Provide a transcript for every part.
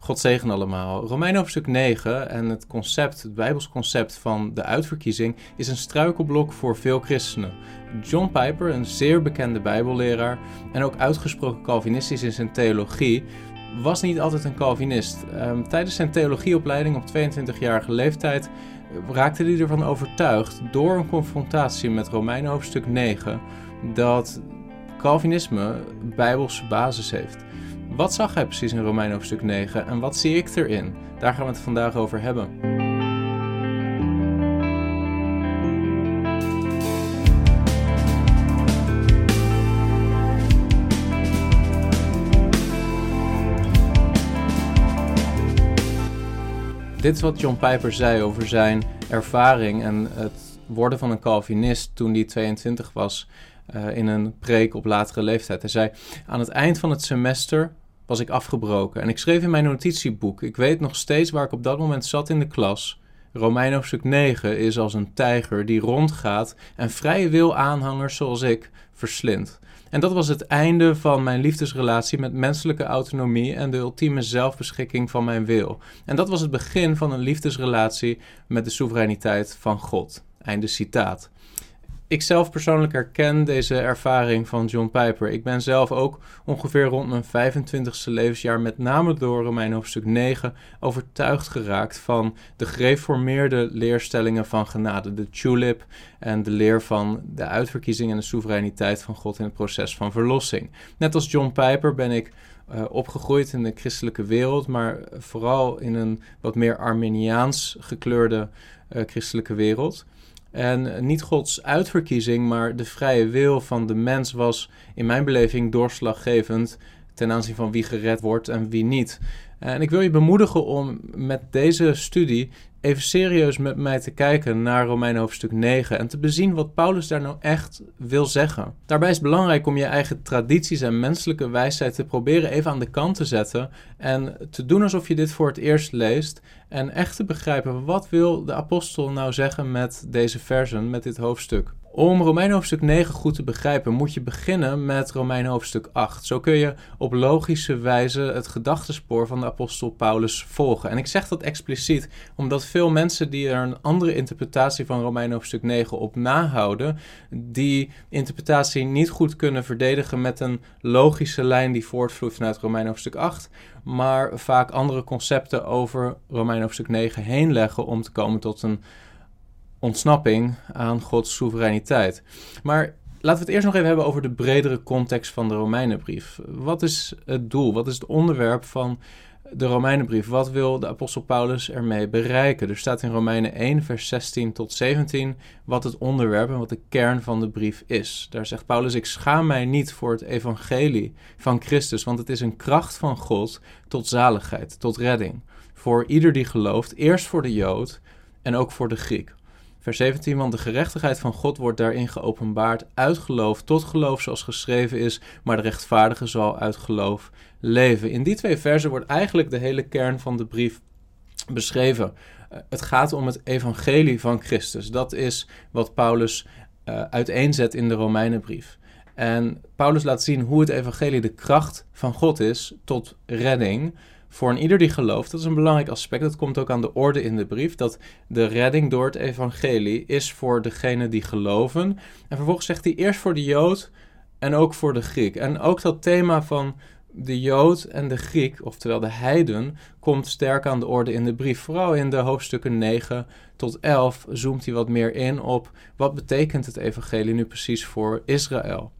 God zegen allemaal. Romeinen hoofdstuk 9 en het Bijbels concept van de uitverkiezing is een struikelblok voor veel christenen. John Piper, een zeer bekende bijbelleraar en ook uitgesproken Calvinistisch in zijn theologie, was niet altijd een Calvinist. Tijdens zijn theologieopleiding op 22-jarige leeftijd raakte hij ervan overtuigd door een confrontatie met Romeinen hoofdstuk 9 dat Calvinisme bijbelse basis heeft. Wat zag hij precies in Romeinen hoofdstuk 9 en wat zie ik erin? Daar gaan we het vandaag over hebben. Dit is wat John Piper zei over zijn ervaring en het worden van een Calvinist toen hij 22 was in een preek op latere leeftijd. Hij zei, aan het eind van het semester was ik afgebroken en ik schreef in mijn notitieboek, ik weet nog steeds waar ik op dat moment zat in de klas. Romeinen hoofdstuk 9 is als een tijger die rondgaat en vrije wil aanhangers zoals ik verslindt. En dat was het einde van mijn liefdesrelatie met menselijke autonomie en de ultieme zelfbeschikking van mijn wil. En dat was het begin van een liefdesrelatie met de soevereiniteit van God. Einde citaat. Ik zelf persoonlijk herken deze ervaring van John Piper. Ik ben zelf ook ongeveer rond mijn 25e levensjaar met name door Romeinen hoofdstuk 9 overtuigd geraakt van de gereformeerde leerstellingen van genade, de tulip en de leer van de uitverkiezing en de soevereiniteit van God in het proces van verlossing. Net als John Piper ben ik opgegroeid in de christelijke wereld, maar vooral in een wat meer Arminiaans gekleurde christelijke wereld. En niet Gods uitverkiezing, maar de vrije wil van de mens was in mijn beleving doorslaggevend ten aanzien van wie gered wordt en wie niet. En ik wil je bemoedigen om met deze studie even serieus met mij te kijken naar Romeinen hoofdstuk 9 en te bezien wat Paulus daar nou echt wil zeggen. Daarbij is het belangrijk om je eigen tradities en menselijke wijsheid te proberen even aan de kant te zetten en te doen alsof je dit voor het eerst leest en echt te begrijpen wat wil de apostel nou zeggen met deze versen, met dit hoofdstuk. Om Romeinen hoofdstuk 9 goed te begrijpen moet je beginnen met Romeinen hoofdstuk 8. Zo kun je op logische wijze het gedachtespoor van de apostel Paulus volgen. En ik zeg dat expliciet omdat veel mensen die er een andere interpretatie van Romeinen hoofdstuk 9 op nahouden, die interpretatie niet goed kunnen verdedigen met een logische lijn die voortvloeit vanuit Romeinen hoofdstuk 8, maar vaak andere concepten over Romeinen hoofdstuk 9 heen leggen om te komen tot een ontsnapping aan Gods soevereiniteit. Maar laten we het eerst nog even hebben over de bredere context van de Romeinenbrief. Wat is het doel? Wat is het onderwerp van de Romeinenbrief? Wat wil de apostel Paulus ermee bereiken? Er staat in Romeinen 1 vers 16 tot 17 wat het onderwerp en wat de kern van de brief is. Daar zegt Paulus, ik schaam mij niet voor het evangelie van Christus, want het is een kracht van God tot zaligheid, tot redding. Voor ieder die gelooft, eerst voor de Jood en ook voor de Griek. Vers 17, want de gerechtigheid van God wordt daarin geopenbaard uit geloof tot geloof zoals geschreven is, maar de rechtvaardige zal uit geloof leven. In die twee versen wordt eigenlijk de hele kern van de brief beschreven. Het gaat om het evangelie van Christus. Dat is wat Paulus uiteenzet in de Romeinenbrief. En Paulus laat zien hoe het evangelie de kracht van God is tot redding voor een ieder die gelooft. Dat is een belangrijk aspect. Dat komt ook aan de orde in de brief. Dat de redding door het evangelie is voor degenen die geloven. En vervolgens zegt hij eerst voor de Jood en ook voor de Griek. En ook dat thema van de Jood en de Griek, oftewel de heiden, komt sterk aan de orde in de brief. Vooral in de hoofdstukken 9 tot 11 zoomt hij wat meer in op wat betekent het evangelie nu precies voor Israël.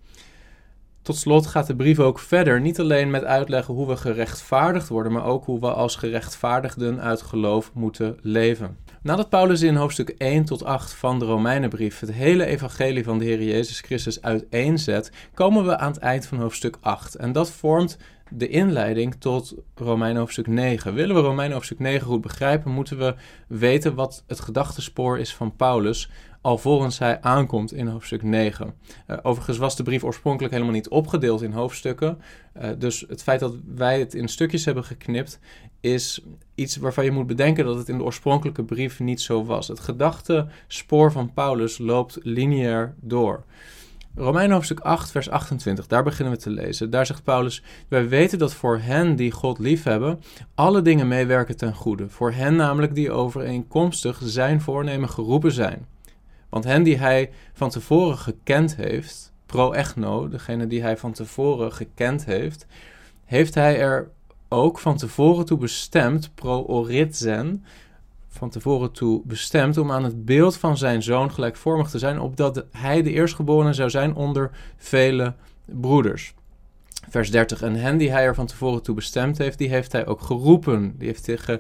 Tot slot gaat de brief ook verder, niet alleen met uitleggen hoe we gerechtvaardigd worden, maar ook hoe we als gerechtvaardigden uit geloof moeten leven. Nadat Paulus in hoofdstuk 1 tot 8 van de Romeinenbrief het hele evangelie van de Heer Jezus Christus uiteenzet, komen we aan het eind van hoofdstuk 8. En dat vormt de inleiding tot Romeinen hoofdstuk 9. Willen we Romeinen hoofdstuk 9 goed begrijpen, moeten we weten wat het gedachtespoor is van Paulus, alvorens hij aankomt in hoofdstuk 9. Overigens was de brief oorspronkelijk helemaal niet opgedeeld in hoofdstukken. Dus het feit dat wij het in stukjes hebben geknipt, is iets waarvan je moet bedenken dat het in de oorspronkelijke brief niet zo was. Het gedachtespoor van Paulus loopt lineair door. Romeinen hoofdstuk 8, vers 28, daar beginnen we te lezen. Daar zegt Paulus, wij weten dat voor hen die God liefhebben, alle dingen meewerken ten goede. Voor hen namelijk die overeenkomstig zijn voornemen geroepen zijn. Want hen die hij van tevoren gekend heeft, pro echno, degene die hij van tevoren gekend heeft, heeft hij er ook van tevoren toe bestemd, pro oritzen, van tevoren toe bestemd om aan het beeld van zijn zoon gelijkvormig te zijn, opdat hij de eerstgeborene zou zijn onder vele broeders. Vers 30. En hen die hij er van tevoren toe bestemd heeft, die heeft hij ook geroepen. Die heeft hij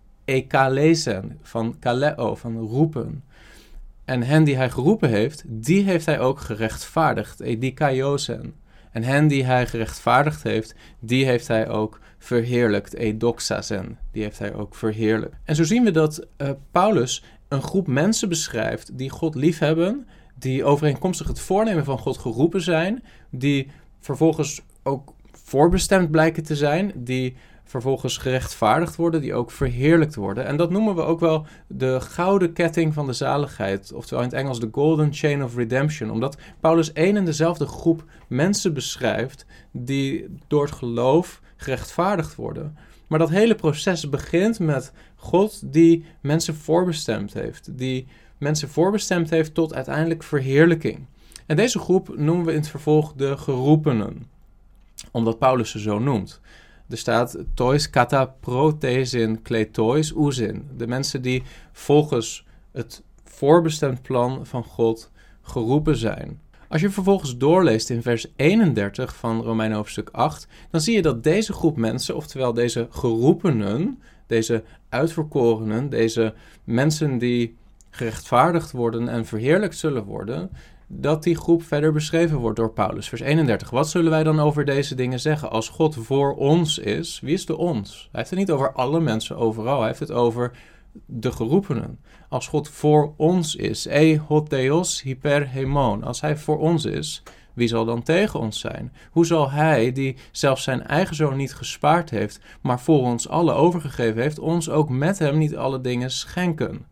geëkalezen, van kaleo, van roepen. En hen die hij geroepen heeft, die heeft hij ook gerechtvaardigd, edikaiosen. En hen die hij gerechtvaardigd heeft, die heeft hij ook verheerlijkt, edoxasen. Die heeft hij ook verheerlijkt. En zo zien we dat Paulus een groep mensen beschrijft die God liefhebben, die overeenkomstig het voornemen van God geroepen zijn, die vervolgens ook voorbestemd blijken te zijn, die vervolgens gerechtvaardigd worden, die ook verheerlijkt worden. En dat noemen we ook wel de gouden ketting van de zaligheid, oftewel in het Engels de golden chain of redemption, omdat Paulus één en dezelfde groep mensen beschrijft die door het geloof gerechtvaardigd worden. Maar dat hele proces begint met God die mensen voorbestemd heeft, die mensen voorbestemd heeft tot uiteindelijk verheerlijking. En deze groep noemen we in het vervolg de geroepenen, omdat Paulus ze zo noemt. Er staat tois kata protesin kletois oezin. De mensen die volgens het voorbestemd plan van God geroepen zijn. Als je vervolgens doorleest in vers 31 van Romeinen hoofdstuk 8, dan zie je dat deze groep mensen, oftewel deze geroepenen, deze uitverkorenen, deze mensen die gerechtvaardigd worden en verheerlijkt zullen worden, dat die groep verder beschreven wordt door Paulus. Vers 31. Wat zullen wij dan over deze dingen zeggen? Als God voor ons is, wie is de ons? Hij heeft het niet over alle mensen overal. Hij heeft het over de geroepenen. Als God voor ons is, hot theos hyper hemon. Als hij voor ons is, wie zal dan tegen ons zijn? Hoe zal hij, die zelfs zijn eigen zoon niet gespaard heeft, maar voor ons allen overgegeven heeft, ons ook met hem niet alle dingen schenken?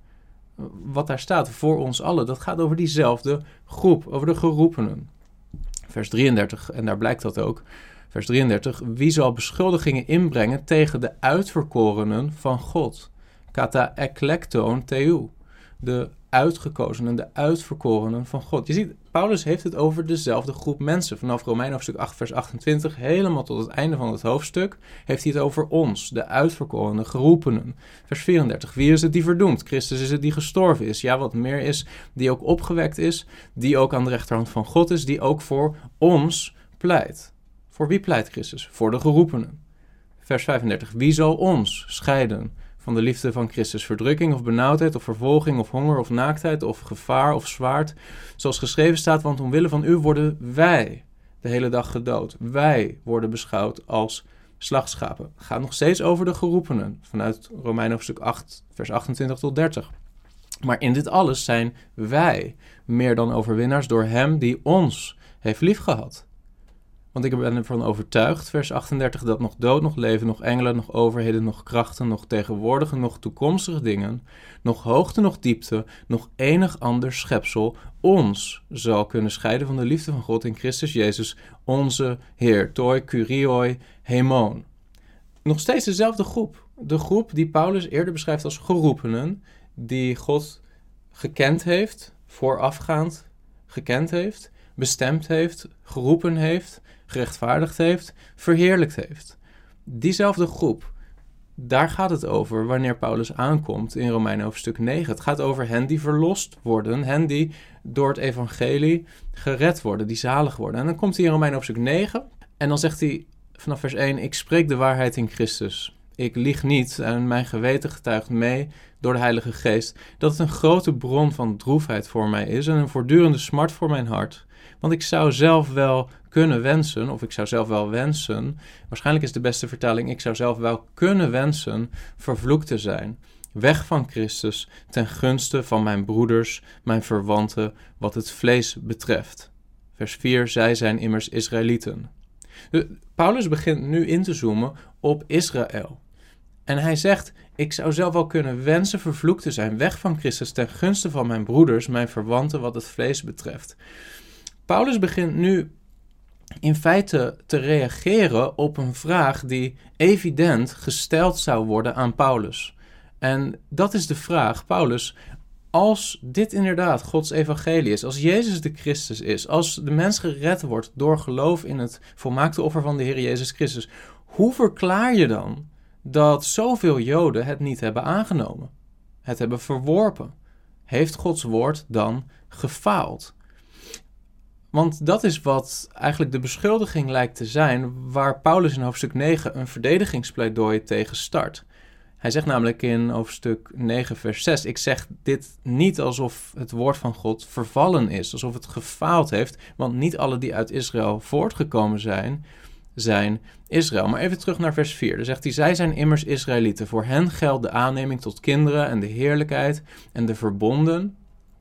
Wat daar staat, voor ons allen, dat gaat over diezelfde groep, over de geroepenen. Vers 33, en daar blijkt dat ook. Vers 33, wie zal beschuldigingen inbrengen tegen de uitverkorenen van God? Kata eklekton theou, de uitgekozenen, de uitverkorenen van God. Je ziet, Paulus heeft het over dezelfde groep mensen. Vanaf Romeinen hoofdstuk 8, vers 28, helemaal tot het einde van het hoofdstuk, heeft hij het over ons, de uitverkorenen, geroepenen. Vers 34, wie is het die verdoemt? Christus is het die gestorven is. Ja, wat meer is, die ook opgewekt is, die ook aan de rechterhand van God is, die ook voor ons pleit. Voor wie pleit Christus? Voor de geroepenen. Vers 35, wie zal ons scheiden van de liefde van Christus? Verdrukking of benauwdheid of vervolging of honger of naaktheid of gevaar of zwaard. Zoals geschreven staat, want omwille van u worden wij de hele dag gedood. Wij worden beschouwd als slachtschapen. Het gaat nog steeds over de geroepenen. Vanuit Romeinen hoofdstuk 8, vers 28 tot 30. Maar in dit alles zijn wij meer dan overwinnaars door hem die ons heeft liefgehad. Want ik ben ervan overtuigd, vers 38, dat nog dood, nog leven, nog engelen, nog overheden, nog krachten, nog tegenwoordige, nog toekomstige dingen, nog hoogte, nog diepte, nog enig ander schepsel ons zal kunnen scheiden van de liefde van God in Christus Jezus, onze Heer. Toi, kurioi, hemon. Nog steeds dezelfde groep. De groep die Paulus eerder beschrijft als geroepenen, die God gekend heeft, voorafgaand gekend heeft, bestemd heeft, geroepen heeft, gerechtvaardigd heeft, verheerlijkt heeft. Diezelfde groep, daar gaat het over wanneer Paulus aankomt in Romeinen hoofdstuk 9. Het gaat over hen die verlost worden, hen die door het evangelie gered worden, die zalig worden. En dan komt hij in Romeinen hoofdstuk 9 en dan zegt hij vanaf vers 1, ik spreek de waarheid in Christus. Ik lieg niet en mijn geweten getuigt mee door de Heilige Geest dat het een grote bron van droefheid voor mij is en een voortdurende smart voor mijn hart. Want ik zou zelf wel kunnen wensen, of ik zou zelf wel wensen, waarschijnlijk is de beste vertaling, ik zou zelf wel kunnen wensen vervloekt te zijn. Weg van Christus ten gunste van mijn broeders, mijn verwanten, wat het vlees betreft. Vers 4, zij zijn immers Israëlieten. Paulus begint nu in te zoomen op Israël. En hij zegt, ik zou zelf wel kunnen wensen vervloekt te zijn, weg van Christus ten gunste van mijn broeders, mijn verwanten, wat het vlees betreft. Paulus begint nu in feite te reageren op een vraag die evident gesteld zou worden aan Paulus. En dat is de vraag, Paulus, als dit inderdaad Gods evangelie is, als Jezus de Christus is, als de mens gered wordt door geloof in het volmaakte offer van de Heer Jezus Christus, hoe verklaar je dan dat zoveel Joden het niet hebben aangenomen, het hebben verworpen? Heeft Gods woord dan gefaald? Want dat is wat eigenlijk de beschuldiging lijkt te zijn, waar Paulus in hoofdstuk 9 een verdedigingspleidooi tegen start. Hij zegt namelijk in hoofdstuk 9 vers 6, ik zeg dit niet alsof het woord van God vervallen is, alsof het gefaald heeft, want niet alle die uit Israël voortgekomen zijn Israël. Maar even terug naar vers 4. Dan zegt hij, zij zijn immers Israëlieten. Voor hen geldt de aanneming tot kinderen en de heerlijkheid en de verbonden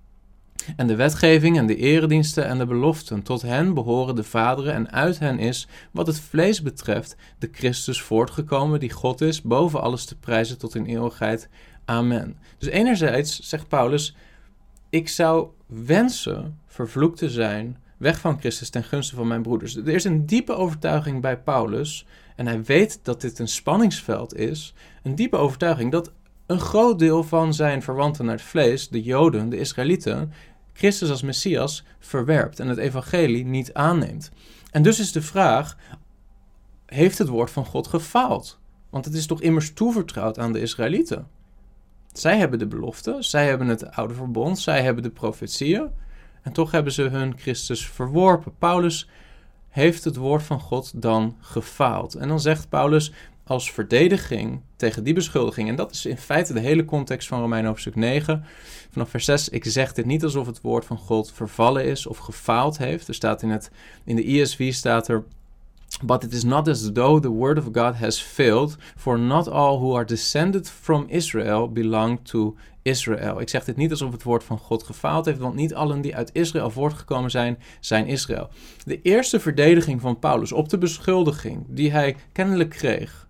en de wetgeving en de erediensten en de beloften. Tot hen behoren de vaderen en uit hen is, wat het vlees betreft, de Christus voortgekomen die God is, boven alles te prijzen tot in eeuwigheid. Amen. Dus enerzijds zegt Paulus, ik zou wensen vervloekt te zijn, weg van Christus ten gunste van mijn broeders. Er is een diepe overtuiging bij Paulus, en hij weet dat dit een spanningsveld is, een diepe overtuiging dat een groot deel van zijn verwanten naar het vlees, de Joden, de Israëlieten, Christus als Messias verwerpt en het evangelie niet aanneemt. En dus is de vraag, heeft het woord van God gefaald? Want het is toch immers toevertrouwd aan de Israëlieten. Zij hebben de belofte, zij hebben het oude verbond, zij hebben de profetieën. En toch hebben ze hun Christus verworpen. Paulus heeft het woord van God dan gefaald. En dan zegt Paulus als verdediging tegen die beschuldiging, en dat is in feite de hele context van Romeinen hoofdstuk 9, vanaf vers 6, ik zeg dit niet alsof het woord van God vervallen is of gefaald heeft. Er staat in de ESV staat er, but it is not as though the word of God has failed, for not all who are descended from Israel belong to Israël. Ik zeg dit niet alsof het woord van God gefaald heeft, want niet allen die uit Israël voortgekomen zijn Israël. De eerste verdediging van Paulus op de beschuldiging die hij kennelijk kreeg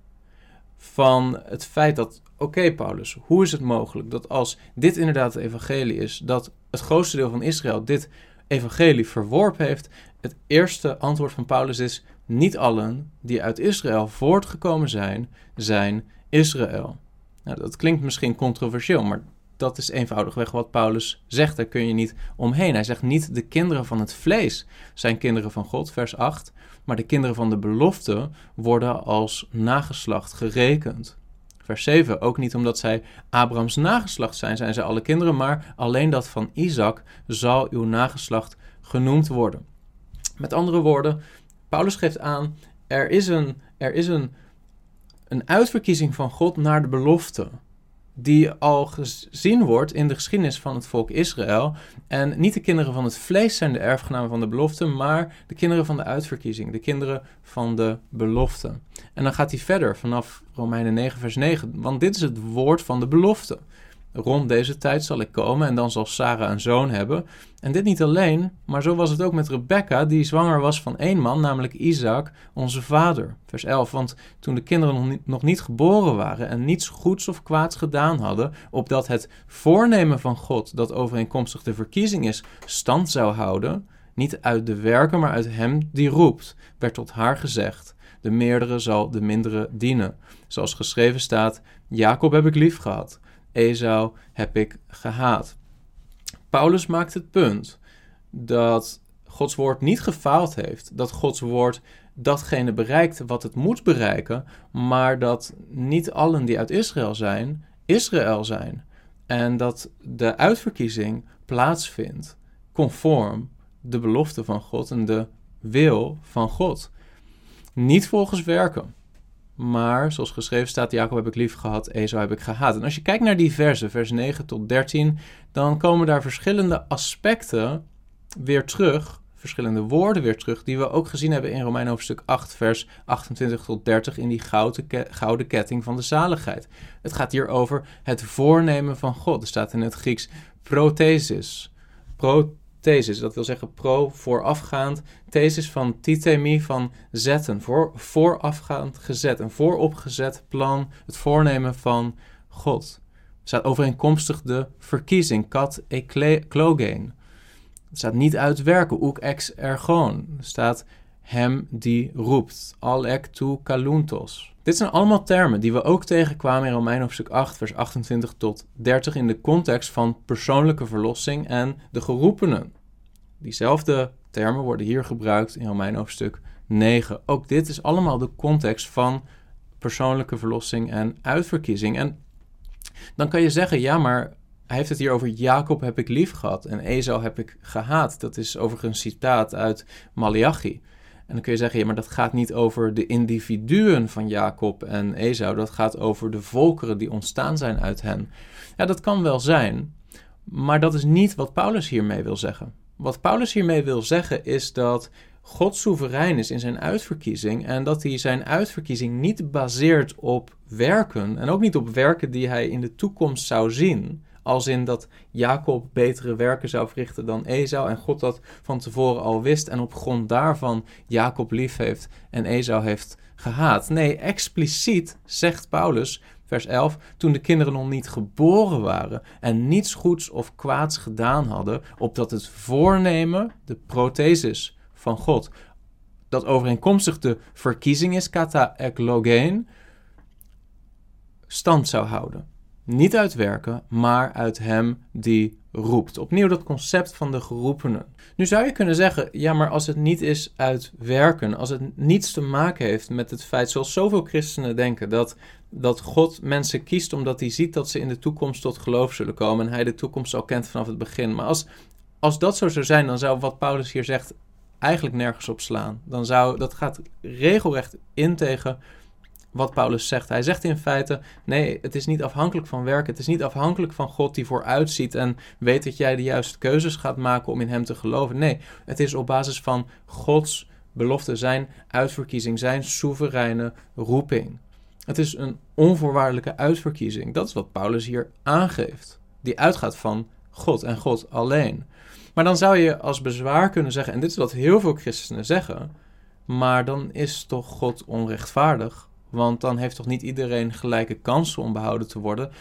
van het feit dat, oké, Paulus, hoe is het mogelijk dat als dit inderdaad het evangelie is, dat het grootste deel van Israël dit evangelie verworpen heeft? Het eerste antwoord van Paulus is, niet allen die uit Israël voortgekomen zijn Israël. Nou, dat klinkt misschien controversieel, maar dat is eenvoudigweg wat Paulus zegt. Daar kun je niet omheen. Hij zegt niet de kinderen van het vlees zijn kinderen van God, vers 8, maar de kinderen van de belofte worden als nageslacht gerekend. Vers 7, ook niet omdat zij Abrahams nageslacht zijn zij alle kinderen, maar alleen dat van Isaac zal uw nageslacht genoemd worden. Met andere woorden, Paulus geeft aan, er is een uitverkiezing van God naar de belofte, die al gezien wordt in de geschiedenis van het volk Israël. En niet de kinderen van het vlees zijn de erfgenamen van de belofte, maar de kinderen van de uitverkiezing, de kinderen van de belofte. En dan gaat hij verder vanaf Romeinen 9 vers 9, want dit is het woord van de belofte. Rond deze tijd zal ik komen en dan zal Sara een zoon hebben. En dit niet alleen, maar zo was het ook met Rebekka, die zwanger was van één man, namelijk Isaac, onze vader. Vers 11, want toen de kinderen nog niet geboren waren en niets goeds of kwaads gedaan hadden, opdat het voornemen van God, dat overeenkomstig de verkiezing is, stand zou houden, niet uit de werken, maar uit hem die roept, werd tot haar gezegd, de meerdere zal de mindere dienen. Zoals geschreven staat, Jacob heb ik lief gehad, Esau heb ik gehaat. Paulus maakt het punt dat Gods woord niet gefaald heeft, dat Gods woord datgene bereikt wat het moet bereiken, maar dat niet allen die uit Israël zijn. En dat de uitverkiezing plaatsvindt conform de belofte van God en de wil van God. Niet volgens werken. Maar, zoals geschreven staat, Jacob heb ik lief gehad, Esau heb ik gehaat. En als je kijkt naar die versen, vers 9 tot 13, dan komen daar verschillende aspecten weer terug, verschillende woorden weer terug, die we ook gezien hebben in Romeinen hoofdstuk 8, vers 28 tot 30, in die gouden ketting van de zaligheid. Het gaat hier over het voornemen van God. Er staat in het Grieks prothesis. Thesis, dat wil zeggen voorafgaand. Thesis van titemi, van zetten. Voorafgaand gezet. Een vooropgezet plan. Het voornemen van God. Er staat overeenkomstig de verkiezing. Kat eklogein. Het staat niet uitwerken, ook ex ergon. Er staat hem die roept, al ek tu kaluntos. Dit zijn allemaal termen die we ook tegenkwamen in Romeinen hoofdstuk 8, vers 28 tot 30 in de context van persoonlijke verlossing en de geroepenen. Diezelfde termen worden hier gebruikt in Romeinen hoofdstuk 9. Ook dit is allemaal de context van persoonlijke verlossing en uitverkiezing. En dan kan je zeggen, ja, maar hij heeft het hier over Jacob heb ik lief gehad en Esau heb ik gehaat. Dat is overigens een citaat uit Maleachi. En dan kun je zeggen, ja, maar dat gaat niet over de individuen van Jacob en Esau. Dat gaat over de volkeren die ontstaan zijn uit hen. Ja, dat kan wel zijn, maar dat is niet wat Paulus hiermee wil zeggen. Wat Paulus hiermee wil zeggen is dat God soeverein is in zijn uitverkiezing en dat hij zijn uitverkiezing niet baseert op werken en ook niet op werken die hij in de toekomst zou zien, als in dat Jacob betere werken zou verrichten dan Esau en God dat van tevoren al wist en op grond daarvan Jacob lief heeft en Esau heeft gehaat. Nee, expliciet zegt Paulus, vers 11, toen de kinderen nog niet geboren waren en niets goeds of kwaads gedaan hadden, opdat het voornemen, de prothesis van God, dat overeenkomstig de verkiezing is, kata eklogein, stand zou houden. Niet uit werken, maar uit hem die roept. Opnieuw dat concept van de geroepenen. Nu zou je kunnen zeggen, ja, maar als het niet is uit werken, als het niets te maken heeft met het feit, zoals zoveel christenen denken, dat God mensen kiest omdat hij ziet dat ze in de toekomst tot geloof zullen komen en hij de toekomst al kent vanaf het begin. Maar als dat zo zou zijn, dan zou wat Paulus hier zegt eigenlijk nergens op slaan. Dat gaat regelrecht in tegen wat Paulus zegt. Hij zegt in feite, nee, het is niet afhankelijk van werken. Het is niet afhankelijk van God die vooruitziet en weet dat jij de juiste keuzes gaat maken om in hem te geloven. Nee, het is op basis van Gods belofte, zijn uitverkiezing, zijn soevereine roeping. Het is een onvoorwaardelijke uitverkiezing. Dat is wat Paulus hier aangeeft. Die uitgaat van God en God alleen. Maar dan zou je als bezwaar kunnen zeggen, en dit is wat heel veel christenen zeggen, maar dan is toch God onrechtvaardig? Want dan heeft toch niet iedereen gelijke kansen om behouden te worden?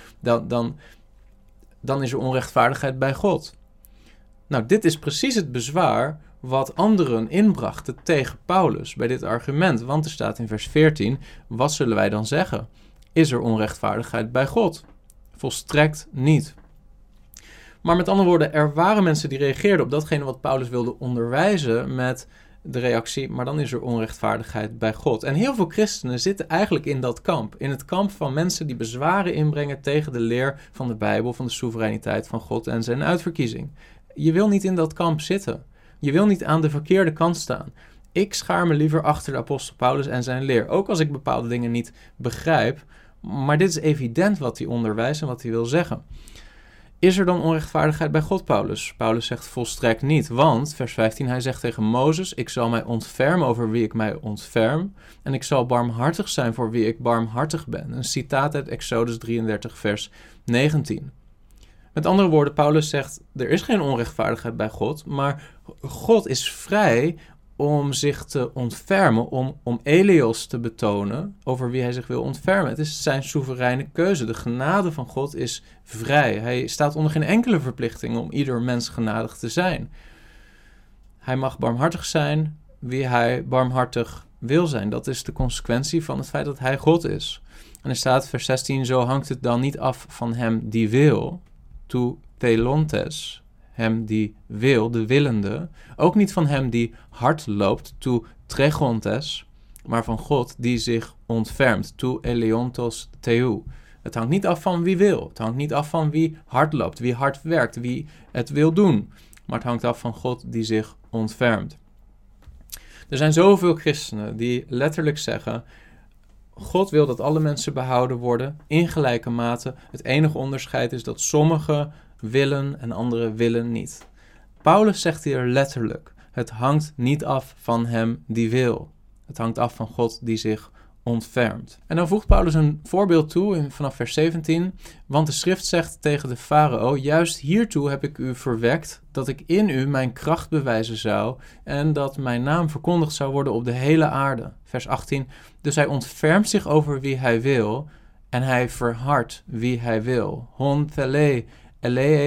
Dan is er onrechtvaardigheid bij God. Nou, dit is precies het bezwaar wat anderen inbrachten tegen Paulus bij dit argument. Want er staat in vers 14, wat zullen wij dan zeggen? Is er onrechtvaardigheid bij God? Volstrekt niet. Maar met andere woorden, er waren mensen die reageerden op datgene wat Paulus wilde onderwijzen met de reactie, maar dan is er onrechtvaardigheid bij God. En heel veel christenen zitten eigenlijk in dat kamp. In het kamp van mensen die bezwaren inbrengen tegen de leer van de Bijbel, van de soevereiniteit van God en zijn uitverkiezing. Je wil niet in dat kamp zitten. Je wil niet aan de verkeerde kant staan. Ik schaar me liever achter de apostel Paulus en zijn leer. Ook als ik bepaalde dingen niet begrijp. Maar dit is evident wat hij onderwijst en wat hij wil zeggen. Is er dan onrechtvaardigheid bij God, Paulus? Paulus zegt volstrekt niet, want, vers 15, hij zegt tegen Mozes, ik zal mij ontfermen over wie ik mij ontferm, en ik zal barmhartig zijn voor wie ik barmhartig ben. Een citaat uit Exodus 33, vers 19. Met andere woorden, Paulus zegt, er is geen onrechtvaardigheid bij God, maar God is vrij om zich te ontfermen, om Elios te betonen over wie hij zich wil ontfermen. Het is zijn soevereine keuze. De genade van God is vrij. Hij staat onder geen enkele verplichting om ieder mens genadig te zijn. Hij mag barmhartig zijn wie hij barmhartig wil zijn. Dat is de consequentie van het feit dat hij God is. En er staat, vers 16, zo hangt het dan niet af van hem die wil, tu telontes, hem die wil, de willende, ook niet van hem die hard loopt, tu tregontes, maar van God die zich ontfermt, tu eleontos theou. Het hangt niet af van wie wil, het hangt niet af van wie hard loopt, wie hard werkt, wie het wil doen, maar het hangt af van God die zich ontfermt. Er zijn zoveel christenen die letterlijk zeggen, God wil dat alle mensen behouden worden, in gelijke mate. Het enige onderscheid is dat sommigen willen en anderen willen niet. Paulus zegt hier letterlijk, het hangt niet af van hem die wil. Het hangt af van God die zich ontfermt. En dan voegt Paulus een voorbeeld toe vanaf vers 17. Want de schrift zegt tegen de farao, juist hiertoe heb ik u verwekt, dat ik in u mijn kracht bewijzen zou en dat mijn naam verkondigd zou worden op de hele aarde. Vers 18. Dus hij ontfermt zich over wie hij wil en hij verhardt wie hij wil. Hon thele elei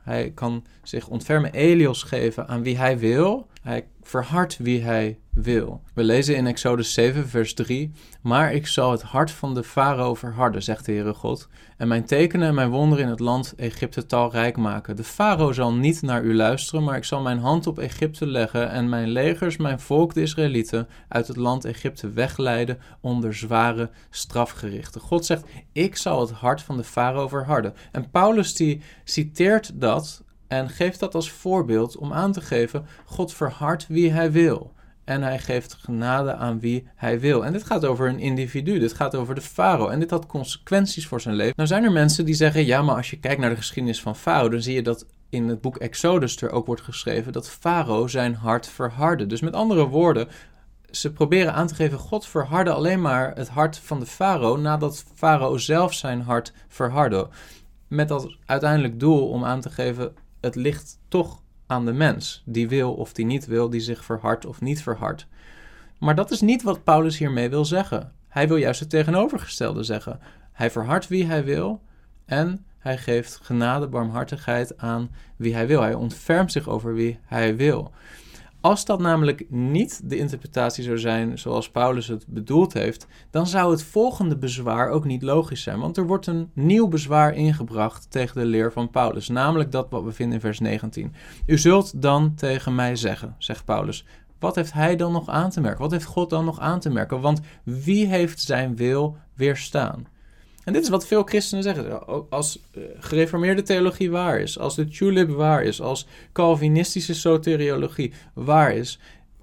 Hij kan zich ontfermen, Elios geven aan wie hij wil. Hij verhardt wie hij wil. We lezen in Exodus 7 vers 3. Maar ik zal het hart van de farao verharden, zegt de Heere God. En mijn tekenen en mijn wonderen in het land Egypte talrijk maken. De farao zal niet naar u luisteren, maar ik zal mijn hand op Egypte leggen en mijn legers, mijn volk, de Israëlieten, uit het land Egypte wegleiden onder zware strafgerichten. God zegt, ik zal het hart van de farao verharden. En Paulus die citeert dat en geeft dat als voorbeeld om aan te geven, God verhardt wie hij wil. En hij geeft genade aan wie hij wil. En dit gaat over een individu, dit gaat over de farao. En dit had consequenties voor zijn leven. Nou zijn er mensen die zeggen, ja, maar als je kijkt naar de geschiedenis van farao, dan zie je dat in het boek Exodus er ook wordt geschreven dat farao zijn hart verhardde. Dus met andere woorden, ze proberen aan te geven, God verhardde alleen maar het hart van de farao nadat farao zelf zijn hart verhardde. Met dat uiteindelijk doel om aan te geven, het ligt toch aan de mens, die wil of die niet wil, die zich verhardt of niet verhardt. Maar dat is niet wat Paulus hiermee wil zeggen. Hij wil juist het tegenovergestelde zeggen. Hij verhardt wie hij wil en hij geeft genade, barmhartigheid aan wie hij wil. Hij ontfermt zich over wie hij wil. Als dat namelijk niet de interpretatie zou zijn zoals Paulus het bedoeld heeft, dan zou het volgende bezwaar ook niet logisch zijn. Want er wordt een nieuw bezwaar ingebracht tegen de leer van Paulus. Namelijk dat wat we vinden in vers 19. U zult dan tegen mij zeggen, zegt Paulus. Wat heeft hij dan nog aan te merken? Wat heeft God dan nog aan te merken? Want wie heeft zijn wil weerstaan? En dit is wat veel christenen zeggen. Als gereformeerde theologie waar is, als de tulip waar is, als Calvinistische soteriologie waar is,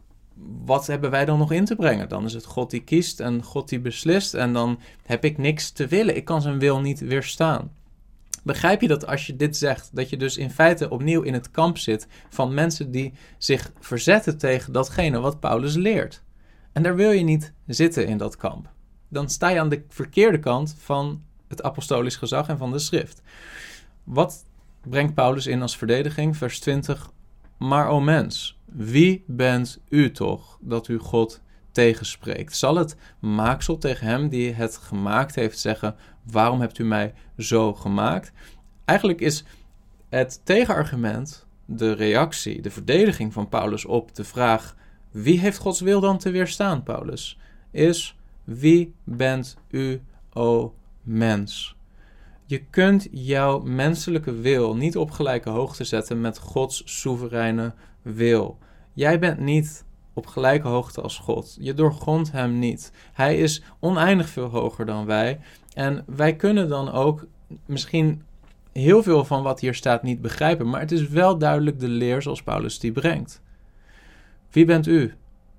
wat hebben wij dan nog in te brengen? Dan is het God die kiest en God die beslist en dan heb ik niks te willen. Ik kan zijn wil niet weerstaan. Begrijp je dat als je dit zegt, dat je dus in feite opnieuw in het kamp zit van mensen die zich verzetten tegen datgene wat Paulus leert? En daar wil je niet zitten in dat kamp. Dan sta je aan de verkeerde kant van het apostolisch gezag en van de schrift. Wat brengt Paulus in als verdediging? Vers 20. Maar o mens, wie bent u toch dat u God tegenspreekt? Zal het maaksel tegen hem die het gemaakt heeft zeggen, waarom hebt u mij zo gemaakt? Eigenlijk is het tegenargument, de reactie, de verdediging van Paulus op de vraag, wie heeft Gods wil dan te weerstaan, Paulus? Is, wie bent u, o mens? Je kunt jouw menselijke wil niet op gelijke hoogte zetten met Gods soevereine wil. Jij bent niet op gelijke hoogte als God. Je doorgrondt hem niet. Hij is oneindig veel hoger dan wij. En wij kunnen dan ook misschien heel veel van wat hier staat niet begrijpen. Maar het is wel duidelijk de leer zoals Paulus die brengt. Wie bent u,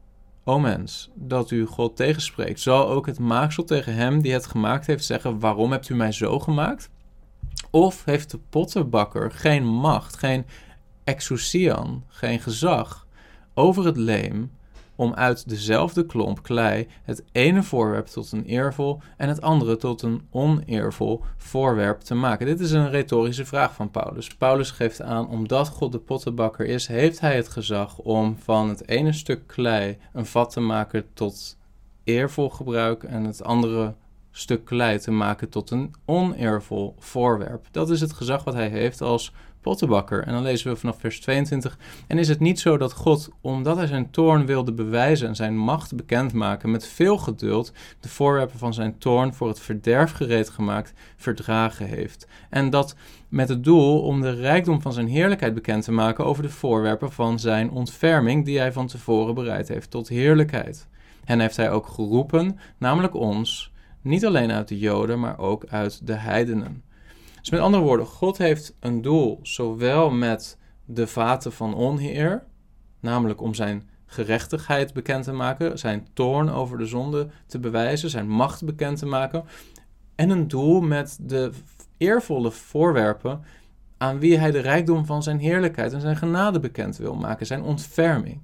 o mens, dat u God tegenspreekt? Zal ook het maaksel tegen hem die het gemaakt heeft zeggen, waarom hebt u mij zo gemaakt? Of heeft de pottenbakker geen macht, geen exousian, geen gezag over het leem om uit dezelfde klomp klei het ene voorwerp tot een eervol en het andere tot een oneervol voorwerp te maken? Dit is een retorische vraag van Paulus. Paulus geeft aan, omdat God de pottenbakker is, heeft hij het gezag om van het ene stuk klei een vat te maken tot eervol gebruik en het andere stuk klei te maken tot een oneervol voorwerp. Dat is het gezag wat hij heeft als pottenbakker. En dan lezen we vanaf vers 22. En is het niet zo dat God, omdat hij zijn toorn wilde bewijzen en zijn macht bekendmaken, met veel geduld de voorwerpen van zijn toorn voor het verderf gereed gemaakt verdragen heeft? En dat met het doel om de rijkdom van zijn heerlijkheid bekend te maken over de voorwerpen van zijn ontferming die hij van tevoren bereid heeft tot heerlijkheid. Hen heeft hij ook geroepen, namelijk ons, niet alleen uit de Joden, maar ook uit de heidenen. Dus met andere woorden, God heeft een doel, zowel met de vaten van onheer, namelijk om zijn gerechtigheid bekend te maken, zijn toorn over de zonde te bewijzen, zijn macht bekend te maken, en een doel met de eervolle voorwerpen aan wie hij de rijkdom van zijn heerlijkheid en zijn genade bekend wil maken, zijn ontferming.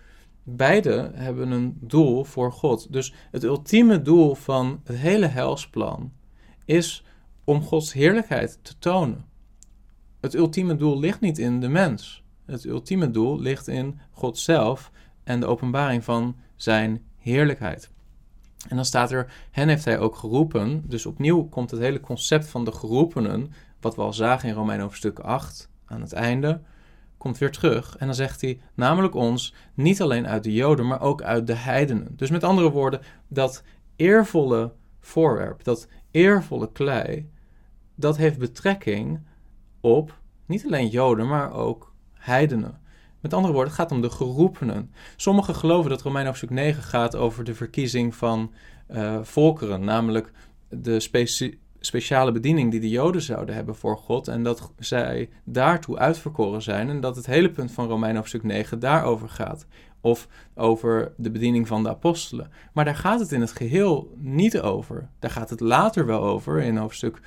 Beide hebben een doel voor God. Dus het ultieme doel van het hele heilsplan is om Gods heerlijkheid te tonen. Het ultieme doel ligt niet in de mens. Het ultieme doel ligt in God zelf en de openbaring van zijn heerlijkheid. En dan staat er, hen heeft hij ook geroepen. Dus opnieuw komt het hele concept van de geroepenen, wat we al zagen in Romeinen hoofdstuk 8, aan het einde, komt weer terug. En dan zegt hij, namelijk ons, niet alleen uit de Joden, maar ook uit de heidenen. Dus met andere woorden, dat eervolle voorwerp, dat eervolle klei, dat heeft betrekking op niet alleen Joden, maar ook heidenen. Met andere woorden, het gaat om de geroepenen. Sommigen geloven dat Romeinen hoofdstuk 9 gaat over de verkiezing van volkeren, namelijk de speciale bediening die de Joden zouden hebben voor God en dat zij daartoe uitverkoren zijn en dat het hele punt van Romeinen hoofdstuk 9 daarover gaat. Of over de bediening van de apostelen. Maar daar gaat het in het geheel niet over. Daar gaat het later wel over in hoofdstuk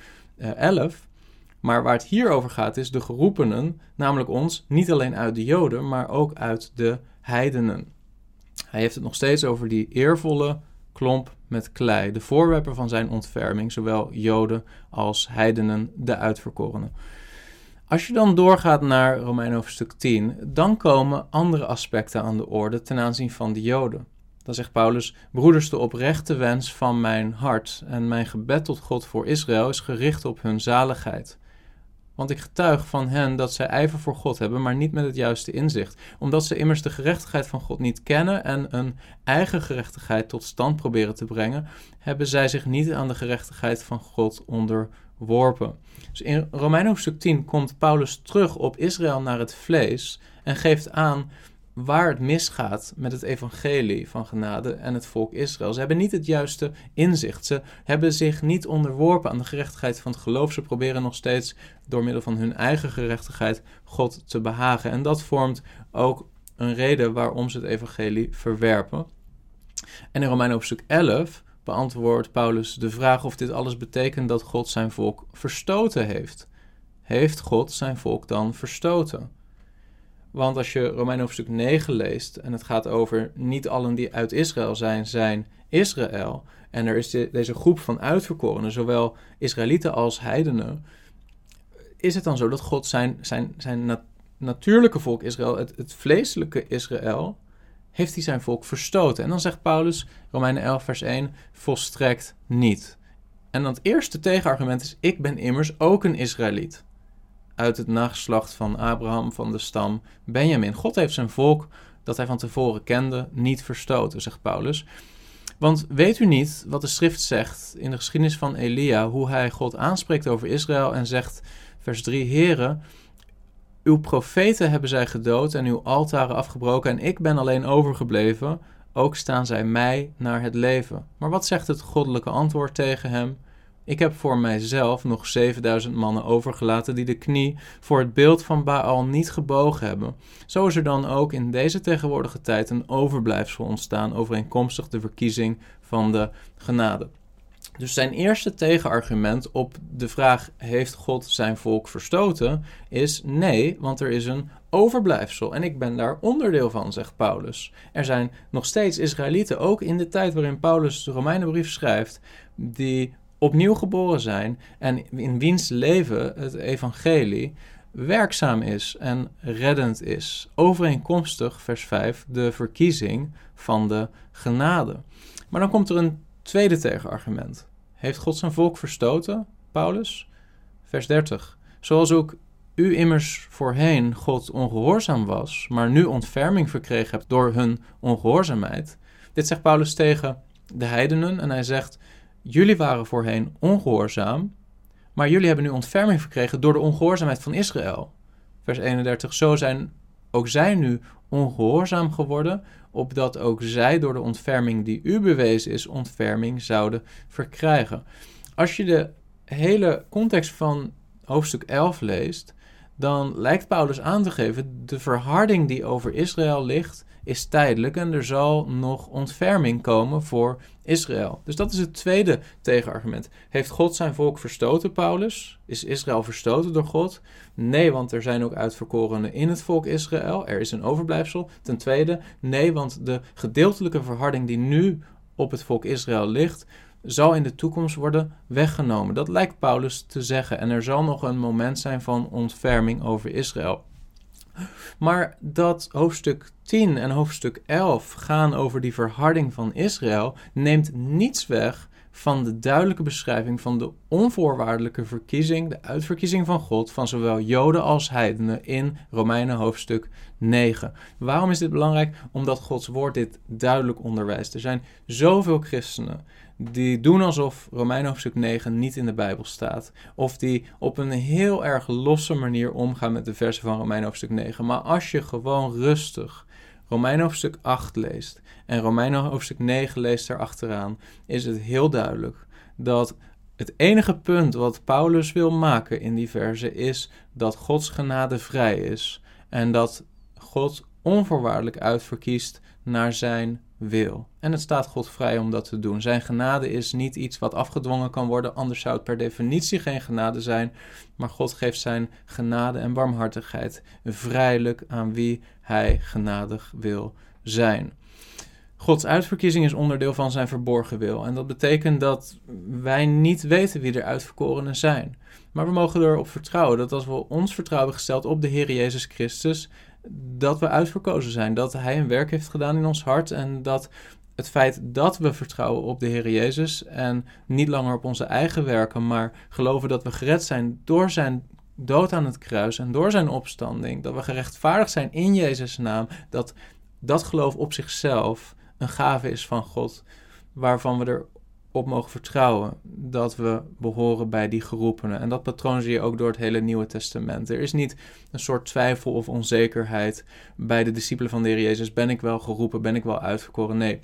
11. Maar waar het hier over gaat is de geroepenen, namelijk ons, niet alleen uit de Joden, maar ook uit de heidenen. Hij heeft het nog steeds over die eervolle klomp met klei, de voorwerpen van zijn ontferming, zowel Joden als heidenen, de uitverkorenen. Als je dan doorgaat naar Romeinen hoofdstuk 10, dan komen andere aspecten aan de orde ten aanzien van de Joden. Dan zegt Paulus, broeders, de oprechte wens van mijn hart en mijn gebed tot God voor Israël is gericht op hun zaligheid. Want ik getuig van hen dat zij ijver voor God hebben, maar niet met het juiste inzicht. Omdat ze immers de gerechtigheid van God niet kennen en een eigen gerechtigheid tot stand proberen te brengen, hebben zij zich niet aan de gerechtigheid van God onderworpen. Dus in Romeinen hoofdstuk 10 komt Paulus terug op Israël naar het vlees en geeft aan waar het misgaat met het evangelie van genade en het volk Israël. Ze hebben niet het juiste inzicht. Ze hebben zich niet onderworpen aan de gerechtigheid van het geloof. Ze proberen nog steeds door middel van hun eigen gerechtigheid God te behagen. En dat vormt ook een reden waarom ze het evangelie verwerpen. En in Romeinen hoofdstuk 11 beantwoordt Paulus de vraag of dit alles betekent dat God zijn volk verstoten heeft. Heeft God zijn volk dan verstoten? Want als je Romeinen hoofdstuk 9 leest en het gaat over niet allen die uit Israël zijn Israël. En er is deze groep van uitverkorenen, zowel Israëlieten als heidenen. Is het dan zo dat God zijn natuurlijke volk Israël, het vleeselijke Israël, heeft hij zijn volk verstoten? En dan zegt Paulus, Romeinen 11 vers 1, volstrekt niet. En dan het eerste tegenargument is, ik ben immers ook een Israëliet. Uit het nageslacht van Abraham, van de stam Benjamin. God heeft zijn volk, dat hij van tevoren kende, niet verstoten, zegt Paulus. Want weet u niet wat de schrift zegt in de geschiedenis van Elia, hoe hij God aanspreekt over Israël en zegt, vers 3, Heere, uw profeten hebben zij gedood en uw altaren afgebroken en ik ben alleen overgebleven, ook staan zij mij naar het leven. Maar wat zegt het goddelijke antwoord tegen hem? Ik heb voor mijzelf nog 7000 mannen overgelaten die de knie voor het beeld van Baal niet gebogen hebben. Zo is er dan ook in deze tegenwoordige tijd een overblijfsel ontstaan overeenkomstig de verkiezing van de genade. Dus zijn eerste tegenargument op de vraag, heeft God zijn volk verstoten, is nee, want er is een overblijfsel. En ik ben daar onderdeel van, zegt Paulus. Er zijn nog steeds Israëlieten, ook in de tijd waarin Paulus de Romeinenbrief schrijft, die opnieuw geboren zijn en in wiens leven het evangelie werkzaam is en reddend is. Overeenkomstig, vers 5, de verkiezing van de genade. Maar dan komt er een tweede tegenargument. Heeft God zijn volk verstoten, Paulus? Vers 30. Zoals ook u immers voorheen God ongehoorzaam was, maar nu ontferming verkregen hebt door hun ongehoorzaamheid. Dit zegt Paulus tegen de heidenen en hij zegt, jullie waren voorheen ongehoorzaam, maar jullie hebben nu ontferming verkregen door de ongehoorzaamheid van Israël. Vers 31, zo zijn ook zij nu ongehoorzaam geworden, opdat ook zij door de ontferming die u bewezen is, ontferming zouden verkrijgen. Als je de hele context van hoofdstuk 11 leest, dan lijkt Paulus aan te geven, de verharding die over Israël ligt, is tijdelijk en er zal nog ontferming komen voor Israël. Dus dat is het tweede tegenargument. Heeft God zijn volk verstoten, Paulus? Is Israël verstoten door God? Nee, want er zijn ook uitverkorenen in het volk Israël. Er is een overblijfsel. Ten tweede, nee, want de gedeeltelijke verharding die nu op het volk Israël ligt, zal in de toekomst worden weggenomen. Dat lijkt Paulus te zeggen. En er zal nog een moment zijn van ontferming over Israël. Maar dat hoofdstuk 10 en hoofdstuk 11 gaan over die verharding van Israël, neemt niets weg van de duidelijke beschrijving van de onvoorwaardelijke verkiezing, de uitverkiezing van God, van zowel Joden als heidenen in Romeinen hoofdstuk 9. Waarom is dit belangrijk? Omdat Gods woord dit duidelijk onderwijst. Er zijn zoveel christenen die doen alsof Romeinen hoofdstuk 9 niet in de Bijbel staat. Of die op een heel erg losse manier omgaan met de versen van Romeinen hoofdstuk 9. Maar als je gewoon rustig Romeinen hoofdstuk 8 leest en Romeinen hoofdstuk 9 leest erachteraan, is het heel duidelijk dat het enige punt wat Paulus wil maken in die versen is dat Gods genade vrij is en dat God onvoorwaardelijk uitverkiest naar zijn wil. En het staat God vrij om dat te doen. Zijn genade is niet iets wat afgedwongen kan worden, anders zou het per definitie geen genade zijn. Maar God geeft zijn genade en barmhartigheid vrijelijk aan wie hij genadig wil zijn. Gods uitverkiezing is onderdeel van zijn verborgen wil. En dat betekent dat wij niet weten wie de uitverkorenen zijn. Maar we mogen erop vertrouwen dat als we ons vertrouwen hebben gesteld op de Heer Jezus Christus, dat we uitverkozen zijn, dat hij een werk heeft gedaan in ons hart en dat het feit dat we vertrouwen op de Heer Jezus en niet langer op onze eigen werken, maar geloven dat we gered zijn door zijn dood aan het kruis en door zijn opstanding, dat we gerechtvaardigd zijn in Jezus' naam, dat geloof op zichzelf een gave is van God, waarvan we erop mogen vertrouwen dat we behoren bij die geroepenen. En dat patroon zie je ook door het hele Nieuwe Testament. Er is niet een soort twijfel of onzekerheid bij de discipelen van de Heer Jezus. Ben ik wel geroepen? Ben ik wel uitverkoren? Nee.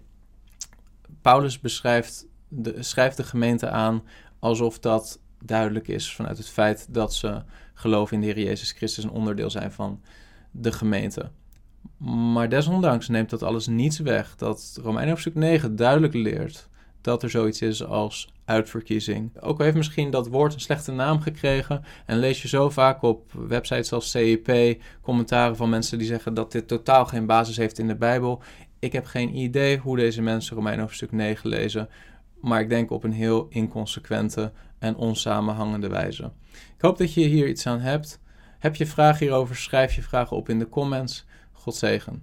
Paulus schrijft de gemeente aan alsof dat duidelijk is vanuit het feit dat ze geloven in de Heer Jezus Christus een onderdeel zijn van de gemeente. Maar desondanks neemt dat alles niets weg dat Romeinen hoofdstuk 9 duidelijk leert dat er zoiets is als uitverkiezing. Ook al heeft misschien dat woord een slechte naam gekregen en lees je zo vaak op websites als CEP commentaren van mensen die zeggen dat dit totaal geen basis heeft in de Bijbel. Ik heb geen idee hoe deze mensen Romeinen hoofdstuk 9 lezen, maar ik denk op een heel inconsequente en onsamenhangende wijze. Ik hoop dat je hier iets aan hebt. Heb je vragen hierover, schrijf je vragen op in de comments. God zegen.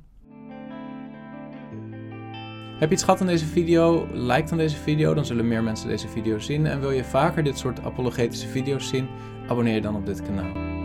Heb je iets gehad aan deze video? Like dan deze video, dan zullen meer mensen deze video zien. En wil je vaker dit soort apologetische video's zien? Abonneer je dan op dit kanaal.